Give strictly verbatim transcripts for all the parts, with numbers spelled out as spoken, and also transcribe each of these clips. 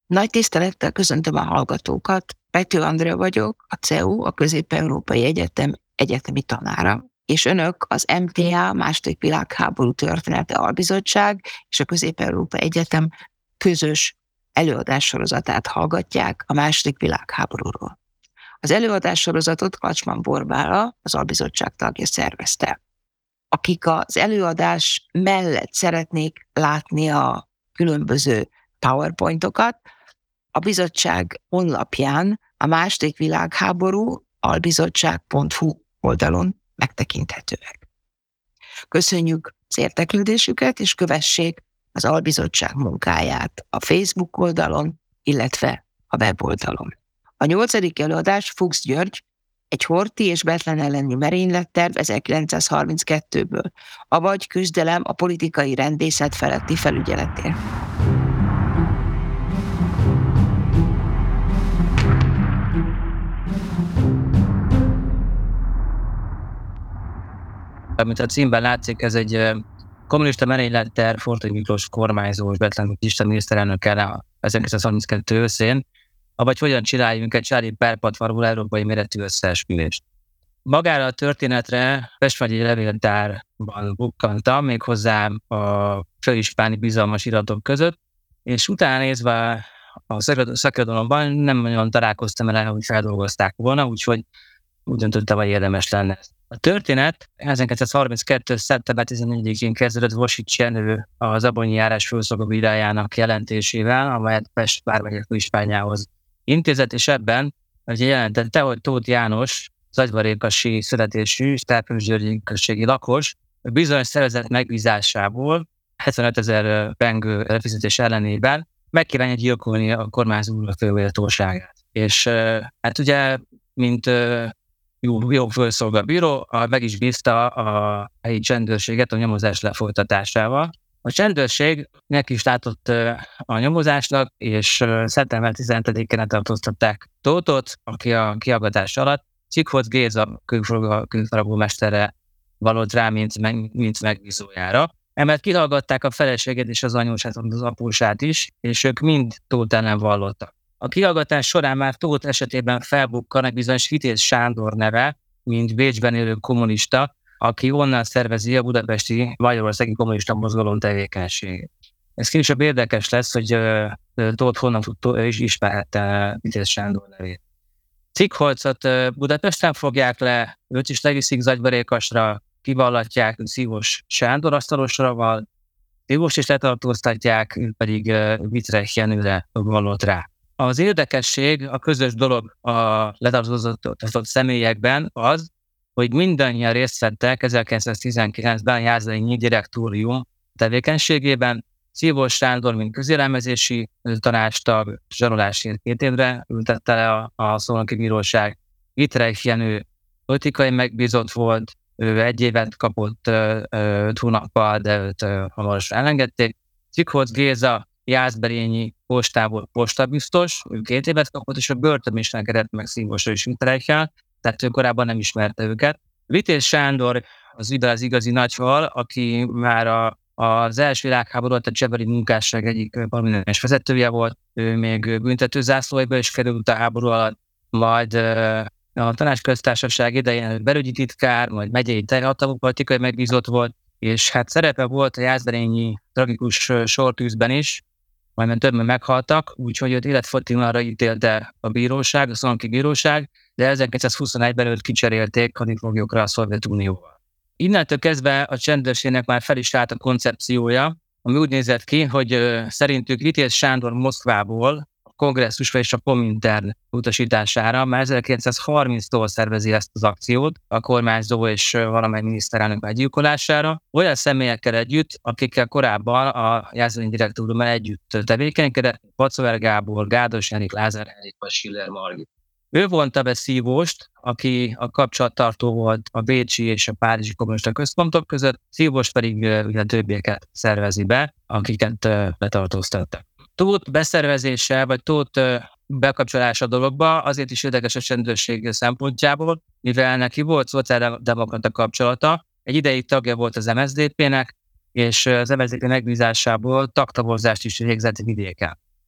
Nagy tisztelettel köszöntöm a hallgatókat. Pető Andrea vagyok, a cé e u, a Közép-Európai Egyetem egyetemi tanára, és önök az em té á második világháború története albizottság és a Közép-Európai Egyetem közös előadássorozatát hallgatják a második világháborúról. Az előadássorozatot Kacsman Borbála, az albizottság tagja szervezte. Akik az előadás mellett szeretnék látni a különböző PowerPointokat, a bizottság honlapján a második világháború albizottság pont hu oldalon megtekinthetőek. Köszönjük az érdeklődésüket, és kövessék az albizottság munkáját a Facebook oldalon, illetve a weboldalon. A nyolcadik előadás Fuchs György, egy Horthy és Bethlen elleni merényletterv ezerkilencszázharminckettőből, avagy küzdelem a politikai rendészet feletti felügyeletért. Amit a címben látszik, ez egy kommunista merényletterv Horthy Miklós kormányzó és Bethlen István miniszterelnökkel ezerkilencszázharminckettő őszén, avagy hogyan csináljunk egy csári perpatvarul európai méretű összeesküvést. Magára a történetre Pest megyei levéltárban bukkantam, méghozzá a főispáni bizalmas iratok között, és utána nézve a szakirodalomban nem nagyon találkoztam el, hogy feldolgozták volna, úgyhogy úgy döntöttem, hogy érdemes lenne. A történet ezerkilencszázharminckettő. szeptember tizennegyedikén kezdődött Vosics Jenő az Abonyi járás főszolgabírájának jelentésével, amelyet Pest vármegye főispánjához intézett, és ebben ugye jelentette, hogy Tóth János, zagyvarékasi születésű, Stárpős-Györgyi községi lakos, bizonyos szervezet megbízásából hetvenötezer pengő előfizetés ellenében megkívánja gyilkolni a kormányzó főméltóságát. És hát ugye, mint jó, jó főszolgabíró, meg is bízta a helyi csendőrséget a nyomozás lefolytatásával. A csendőrség is látott a nyomozásnak, és szeptember tizenhetedikén letartóztatták Tóthot, aki a kihallgatás alatt Cikhosz Géza külfaragómestere valott rá, mint, mint megbízójára. Emellett kihallgatták a feleséget és az anyósát, az apósát is, és ők mind Tóth ellen vallottak. A kihallgatás során már Tóth esetében felbukkan egy bizonyos Vitéz Sándor neve, mint Bécsben élő kommunista, aki onnan szervezi a budapesti magyarországi kommunista mozgalom tevékenységét. Ez később érdekes lesz, hogy Tóth honnan tudta, ő is ismerhette Vitéz Sándor nevét. Cikholcot Budapesten fogják le, őt is leviszik Zagyvarékasra, kivallatják, Szívós Sándor asztalosra van, Szívós is letartóztatják, ő pedig Vitrech Jenőre vallott rá. Az érdekesség, a közös dolog a letartóztatott személyekben az, hogy mindannyian részt vettek ezerkilencszáztizenkilencben Jászai direktórium tevékenységében. Szívós Sándor, mint közélelmezési tanácstag, zsarolásért két évre ültette le a, a Szolnoki Bíróság. Vitrech Jenő politikai megbízott volt, ő egy évet kapott öt hónappal, de őt hamarosan elengedték. Cikhosz Géza jászberényi postából postabiztos, ő két évet kapott, és a börtön is engedett meg Szívósra és Vitrechel, tehát ő korábban nem ismerte őket. Vitéz Sándor az ide az igazi nagyhal, aki már a, az első világháború alatt a Csepeli munkásság egyik prominens vezetője volt, ő még büntetőzászlóiba is került a háború alatt, majd a Tanácsköztársaság idején belügyi titkár, majd megyei terhatalmú politikai megbízott volt, és hát szerepe volt a jászberényi tragikus sortűzben is, majd többen meghaltak, úgyhogy őt életfogytiglanra ítélte a bíróság, a Szolnoki Bíróság, de ezerkilencszázhuszonegyben őt kicserélték hadifoglyokra a Szovjetunióval. Innentől kezdve a csendőrségnek már fel is állt a koncepciója, ami úgy nézett ki, hogy szerintük Vitéz Sándor Moszkvából a kongresszusra és a Komintern utasítására már ezerkilencszázharminctól szervezi ezt az akciót, a kormányzó és valamely miniszterelnök meggyilkolására, olyan személyekkel együtt, akikkel korábban a Jászai direktóriumban együtt tevékenykedett, Pacover Gábor, Gádos Erik, Lázár Henrik vagy Schiller Margit. Ő vonta be Szívóst, aki a kapcsolattartó volt a bécsi és a párizsi kommunista központok között, Szívós pedig ugye többieket szervezi be, akiket letartóztattak. Tóth beszervezése, vagy Tóth bekapcsolása a dologba azért is érdekes a csendőrség szempontjából, mivel neki volt szociáldemokrata kapcsolata, egy ideig tagja volt az em es zé dé pének, és az em es zé dé pé megbízásából tagtaborzást is végzett vidéken.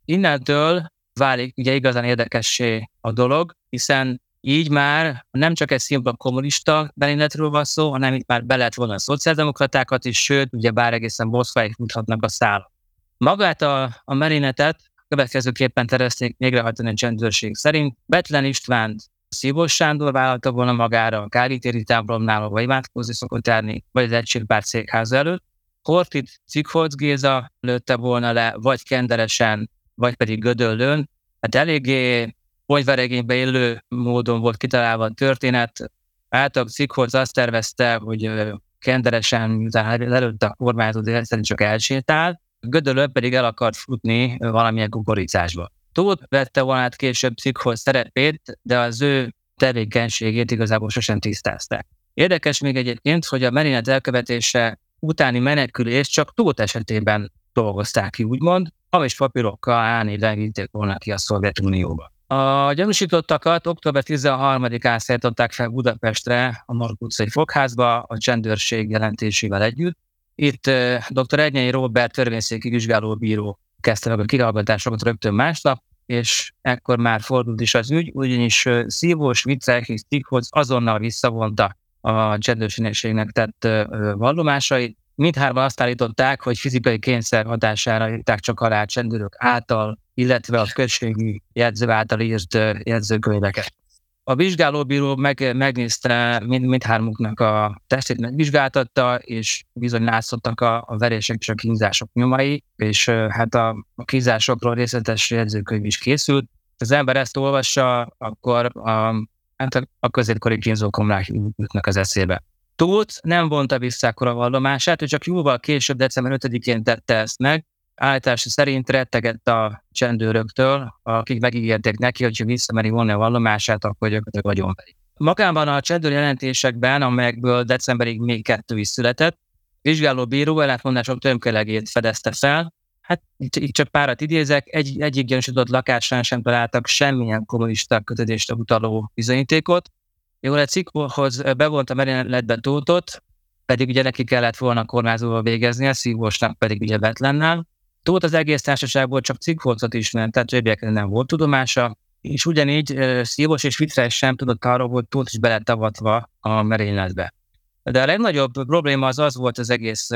Innentől válik ugye igazán érdekessé a dolog, hiszen így már nem csak egy szimpla kommunista merényletről van szó, hanem itt már be lehet vonni a szociáldemokratákat is, sőt, ugye bár egészen Moszkváig futhatnak a szálak. Magát a, a merényletet következőképpen tervezték végrehajtani a csendőrség szerint. Bethlen Istvánt Szívós Sándor vállalta volna magára a Káli téri templomnál, ahol imádkozni szokott járni, vagy az Egységpárt székháza előtt. Horthyt Zsigholz Géza lőtte volna le, vagy Kenderesen, vagy pedig Gödöllőn. Hát eléggé ponyveregénybe illő módon volt kitalálva a történet. Általában Zsigholz azt tervezte, hogy Kenderesen, miután lelőtte a kormányzót, egyszerűen csak elsétál, Gödöllőn pedig el akart futni valamilyen kukoricásba. Tóth vette volna át később Zsigholz szerepét, de az ő tevékenységét igazából sosem tisztázták. Érdekes még egyébként, hogy a merénylet elkövetése utáni menekülés csak Tóth esetében dolgozták ki, úgymond, hamis papírokkal álnéven vitték volna ki a Szovjetunióba. A gyanúsítottakat október tizenharmadikán szállították fel Budapestre a Mark utcai fogházba a csendőrség jelentésével együtt. Itt dr. Erdnyei Róbert törvényszéki vizsgálóbíró kezdte meg a kihallgatásokat rögtön másnap, és ekkor már fordult is az ügy, ugyanis Szívós, Wittrich és Zsigholz azonnal visszavonta a csendőrségnek tett vallomásait. Mindhárman azt állították, hogy fizikai kényszer hatására írták csak alá csendőrök által, illetve a községi jegyző által írt jegyzőkönyveket. A vizsgálóbíró meg, megnézte mind, mindhármuknak a testét, megvizsgáltatta, és bizony látszottak a, a verések és a kínzások nyomai, és hát a, a kínzásokról részletes jegyzőkönyv is készült. Az ember ezt olvassa, akkor a, hát a, a középkori kínzókomlák jutnak az eszébe. Tóth nem vonta vissza akkor a vallomását, ő csak jóval később, december ötödikén tette ezt meg. Állítása szerint rettegett a csendőröktől, akik megígérték neki, hogy ha visszameri vonni a vallomását, akkor gyakorlatilag agyonveri. Magában a csendőr jelentésekben, amelyekből decemberig még kettő is született, vizsgálóbíró ellentmondások tömkelegét fedezte fel. Hát itt csak párat idézek, egy, egyik gyanúsított lakásán sem találtak semmilyen kommunista kötődésre utaló bizonyítékot. Jól lehet, Zsigholz bevonta merényletbe Tóthot, pedig ugye neki kellett volna kormányzóval végeznie, Szívósnak pedig ugye Bethlennel. Tóth az egész társaságból csak Zsigholzot ismert, tehát többiekre nem volt tudomása, és ugyanígy Szívós és Wittrich sem tudott arról, hogy Tóth is beletavatva a merényletbe. De a legnagyobb probléma az az volt az egész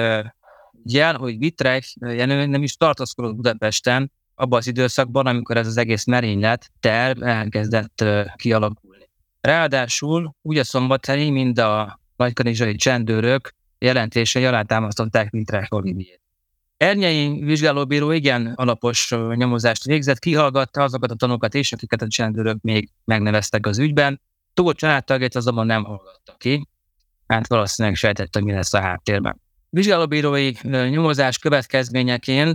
jel, hogy Wittrich nem is tartózkodott Budapesten abban az időszakban, amikor ez az egész merénylet terv elkezdett kialakulni. Ráadásul úgy a szombathelyi, mind a nagykanizsai csendőrök jelentései alátámasztották Wittrich Olivierét. Erdnyei vizsgálóbíró igen alapos nyomozást végzett, kihallgatta azokat a tanúkat is, akiket a csendőrök még megneveztek az ügyben. Tóth családtagjait azonban nem hallgatta ki, hát valószínűleg sejtette, mi lesz a háttérben. Vizsgálóbírói nyomozás következményeként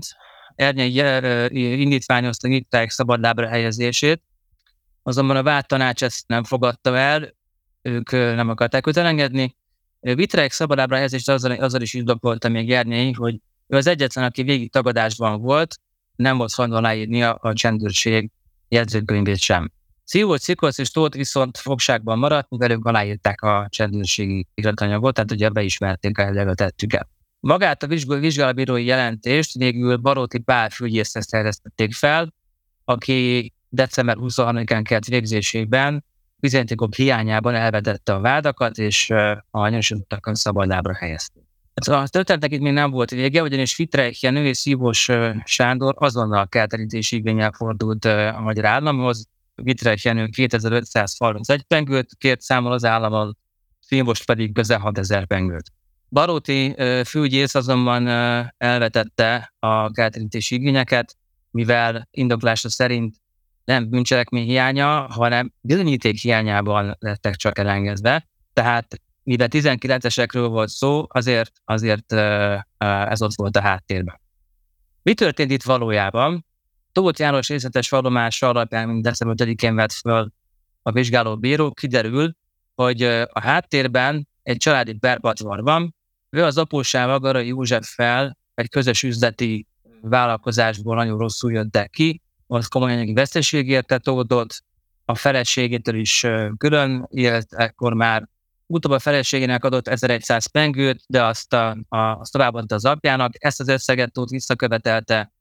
Erdnyei indítványozta Wittrich szabadlábra helyezését, azonban a vád tanács ezt nem fogadta el, ők nem akarták őt elengedni. Wittrich szabadlábra helyezést azzal, azzal is indokolta még Erdnyei, hogy ő az egyetlen, aki végig tagadásban volt, nem volt hajlandó aláírni a, a csendőrség jegyzőkönyvét sem. Szívós, Zsigholz és Tóth viszont fogságban maradt, mivel ők aláírták a csendőrségi iratanyagot, tehát ugye beismerték a tettüket. Magát a vizsgálóbírói jelentést végül Baróti Pál főügyészhez terjesztették fel, aki december huszonharmadikán kelt végzésében bizonyítékok hiányában elvetette a vádakat, és a gyanúsítottakat szabadlábra helyezték. A történetnek itt még nem volt vége, ugyanis Wittrich Jenő és Szívós Sándor azonnal kártérítési igénnyel fordult a magyar államhoz. Wittrich Jenő kétezer-ötszázharmincegy pengőt kért számol az államon, Szívós pedig közel hatezer pengőt. Baróti főügyész azonban elvetette a kártérítési igényeket, mivel indoklása szerint nem bűncselekmény hiánya, hanem bizonyíték hiányában lettek csak elengedve. Tehát mivel tizenkilencesekről volt szó, azért, azért ez ott volt a háttérben. Mi történt itt valójában? Tóth János részletes vallomása alapján, mint december ötödikén vett föl a vizsgálóbíró, kiderül, hogy a háttérben egy családi perpatvar van. Ő az apósával, Garai Józseffel egy közös üzleti vállalkozásból nagyon rosszul jöttek ki, az komoly anyagi veszteség érte Tóthot, a feleségétől is külön élt, ekkor már utóbb a feleségének adott ezerszáz pengőt, de azt, a, a, azt továbbadta az apjának. Ezt az összeget Tóth visszakövetelte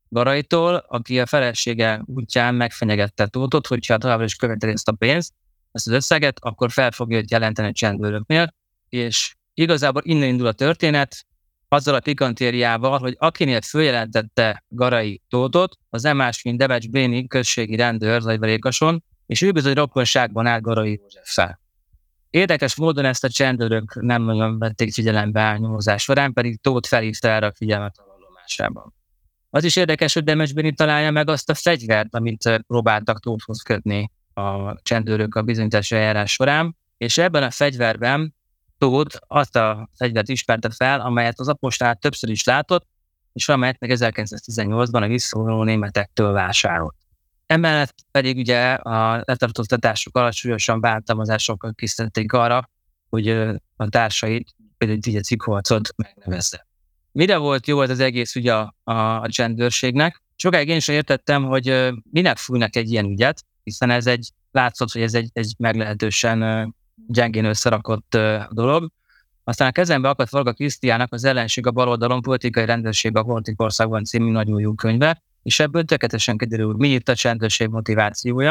Garaytól, aki a felesége útján megfenyegette Tóthot, hogyha továbbra is követeli ezt a pénzt, ezt az összeget, akkor fel fogja őt jelenteni a csendőröknél, és igazából innen indul a történet, azzal a pikantériával, hogy akinél följelentette Garay Tóthot, az nem más, mint Debecs Béni községi rendőr Zagyvarékason, és ő bizony rokonságban állt Garay Józseffel. Érdekes módon ezt a csendőrök nem nagyon vették figyelembe a nyomozás során, pedig Tóth felhívta erre a figyelmet a vallomásában. Az is érdekes, hogy Debecs Béni találja meg azt a fegyvert, amit próbáltak Tóthhoz kötni a csendőrök a bizonyítási eljárás során, és ebben a fegyverben Tóth azt a fegyvert ismerte fel, amelyet az apostol többször is látott, és amelyet meg ezerkilencszáztizennyolcban a visszavonuló németektől vásárolt. Emellett pedig ugye a letartóztatások alatt súlyosan bántalmazásokkal készítették arra, hogy a társait, például Tighe Cikolcot megnevezze. Mire volt jó az egész ugye a, a, a csendőrségnek? Sokáig én is értettem, hogy minek fújnak egy ilyen ügyet, hiszen ez egy, látszott, hogy ez egy, egy meglehetősen gyengén összerakott dolog. Aztán a kezembe akadt Varga Krisztiánnak az Ellenség a baloldalon politikai rendőrség a Holtik országban című nagyon jó könyve, és ebből tökéletesen kiderül, mi itt a csendőrség motivációja.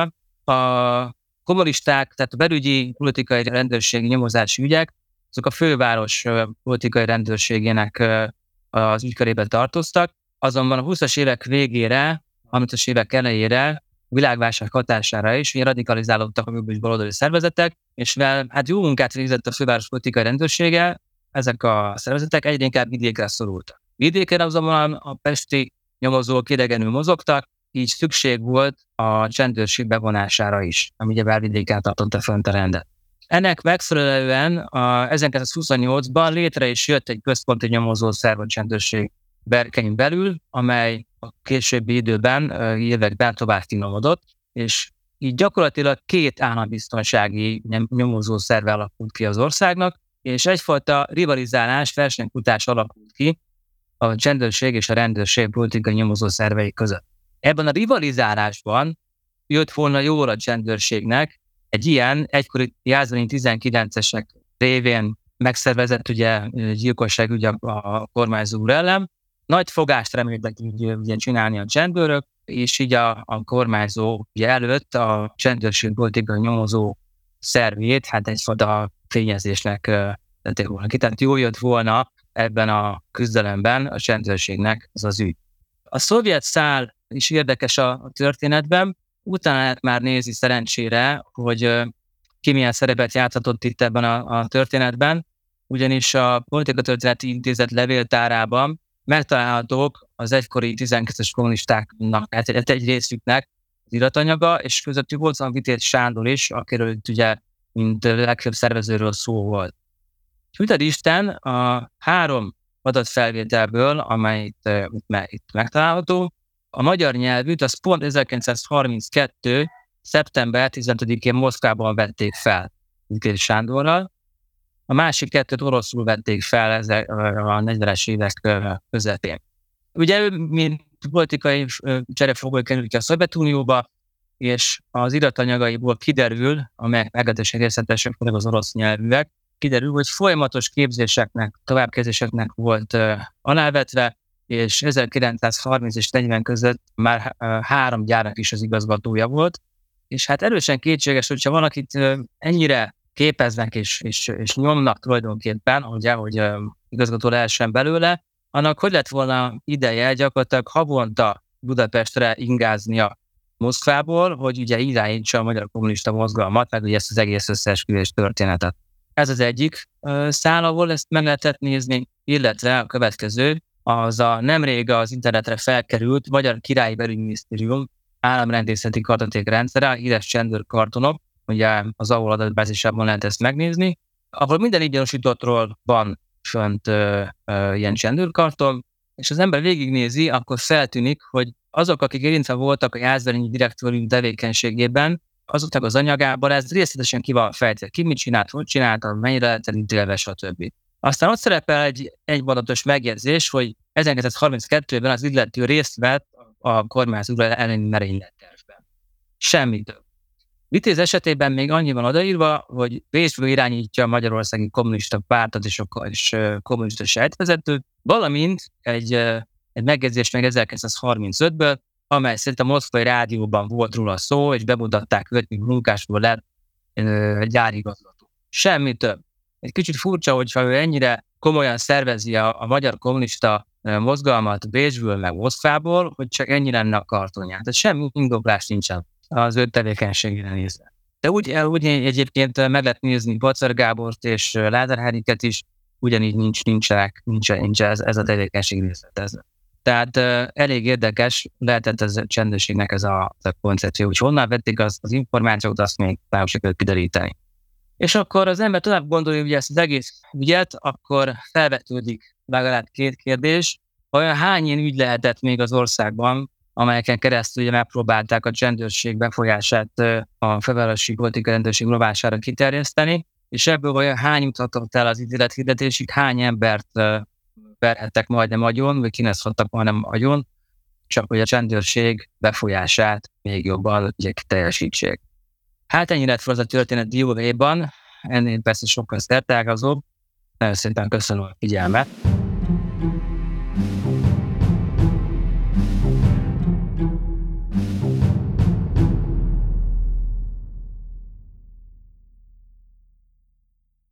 A kommunisták, tehát a belügyi politikai rendőrségi nyomozási ügyek, azok a főváros politikai rendőrségének az ügykörébe tartoztak, azonban a húszas évek végére, harmincas évek elejére világválság hatására is, hogy radikalizálódtak a jobb és baloldali szervezetek, és mivel hát jó munkát végzett a főváros politikai rendőrsége, ezek a szervezetek egyre inkább vidékre szorultak. Vidéken azonban a pesti nyomozók idegenül mozogtak, így szükség volt a csendőrség bevonására is, ami ugye Belvidéken tartotta fönt a rendet. Ennek megfelelően a ezerkilencszázhuszonnyolcban létre is jött egy központi nyomozószerv a csendőrség berkein belül, amely a későbbi időben, években tovább finomodott, és így gyakorlatilag két állambiztonsági nyomozószerve alakult ki az országnak, és egyfajta rivalizálás, versenykutás alakult ki a csendőrség és a rendőrség politikai nyomozószervei között. Ebben a rivalizálásban jött volna jól a csendőrségnek egy ilyen egykori Jászberény tizenkilencesek révén megszervezett ugye, gyilkosság ugye a kormányzó úr ellen. Nagy fogást reméltek ugye, csinálni a csendőrök, és így a, a kormányzó ugye, előtt a csendőrség politikai nyomozó szervét, hát egyfajta fényezésnek tették volna ki. Tehát jól jött volna ebben a küzdelemben a csendőrségnek az az ügy. A szovjet szál is érdekes a, a történetben, utána lehet már nézni szerencsére, hogy ki milyen szerepet játszhatott itt ebben a, a történetben, ugyanis a Politikatörténeti Intézet levéltárában megtalálhatók az egykori tizenkettes kommunistáknak, hát egy, egy részüknek az iratanyaga, és közöttük volt a Vitéz Sándor is, akiről ugye, mint legfőbb szervezőről szó volt. Hűted Isten, a három adatfelvételből, amely itt, itt, itt megtalálható, a magyar nyelvűt, az pont ezerkilencszázharminckettő. szeptember tizenötödikén Moszkvában vették fel Vitéz Sándorral. A másik kettőt oroszul vették fel ezek a negyvenes évek közepén. Ugye ő, mint politikai cserefogoly került ki a Szovjetunióba, és az iratanyagaiból kiderül, amelyek meglehetősen részletesek, főleg az orosz nyelvűek, kiderül, hogy folyamatos képzéseknek, továbbképzéseknek volt uh, alávetve, és ezerkilencszázharminc és negyven között már uh, három gyárnak is az igazgatója volt, és hát erősen kétséges, hogyha valakit uh, ennyire képeznek és, és, és nyomnak tulajdonképpen, ugye, hogy uh, igazgató lehessen belőle, annak hogy lett volna ideje gyakorlatilag havonta Budapestre ingáznia Moszkvából, hogy ugye irányítsa a magyar kommunista mozgalmat, meg ugye ezt az egész összeesküvés történetet. Ez az egyik uh, szál, ahol ezt meg lehetett nézni, illetve a következő, az a nemrég az internetre felkerült Magyar Királyi Belügyminisztérium államrendészeti kartoték rendszere, a híres csendőrkartonok, ugye az á o el adatbázisában lehet ezt megnézni, ahol minden így gyanúsítottról van fönt uh, uh, ilyen csendőrkarton, és az ember végignézi, akkor feltűnik, hogy azok, akik érintve voltak a jászberényi direktórium tevékenységében, azoknak az anyagában ez részletesen ki van fejtve, ki mit csinált, hogy csinálta, mennyire lehet elítélve, stb. Aztán ott szerepel egy egymondatos megjegyzés, hogy ezerkilencszázharminckettőben az illető részt vett a kormányzó elleni merénylettervben. Semmi több. Vitéz esetében még annyi van odaírva, hogy részből irányítja a magyarországi kommunista pártot és, és kommunista sejtvezetőt, valamint egy egy megjegyzés még ezerkilencszázharmincötből, amely szerint a moszkvai rádióban volt róla szó, és bemutatták őt, mint munkásból lett gyárigazgató. Semmi több. Egy kicsit furcsa, hogyha ő ennyire komolyan szervezi a, a magyar kommunista mozgalmat Bécsből, meg Moszkvából, hogy csak ennyi lenne a kartonján. Tehát semmi indoklás nincsen az ő tevékenységére nézve. De úgy, úgy egyébként meg lehet nézni Bacar Gábort és Lázár Henriket is, ugyanígy nincs, nincsenek, nincs, nincs ez, ez a tevékenység részletezve. Tehát uh, elég érdekes, lehetett ez a csendőrségnek ez a, a koncepció, hogy honnan vették az, az információt, azt még pár sikerült kideríteni. És akkor az ember tovább gondolja ugye ezt az egész ügyet, akkor felvetődik legalább két kérdés, olyan hány ilyen ügy lehetett még az országban, amelyeken keresztül ugye megpróbálták a csendőrség befolyását a fővárosi politikai rendőrség rovására kiterjeszteni, és ebből olyan hány juthatott el az ítélethirdetésig, hány embert verhettek majdnem agyon, vagy kineszhattak majdnem agyon, csak hogy a csendőrség befolyását még jobban ugye teljesítsék. Hát ennyi lett fel az a történet dióhéjban, ennél persze sokkal szerteágazóbb. Nagyon szépen köszönöm a figyelmet.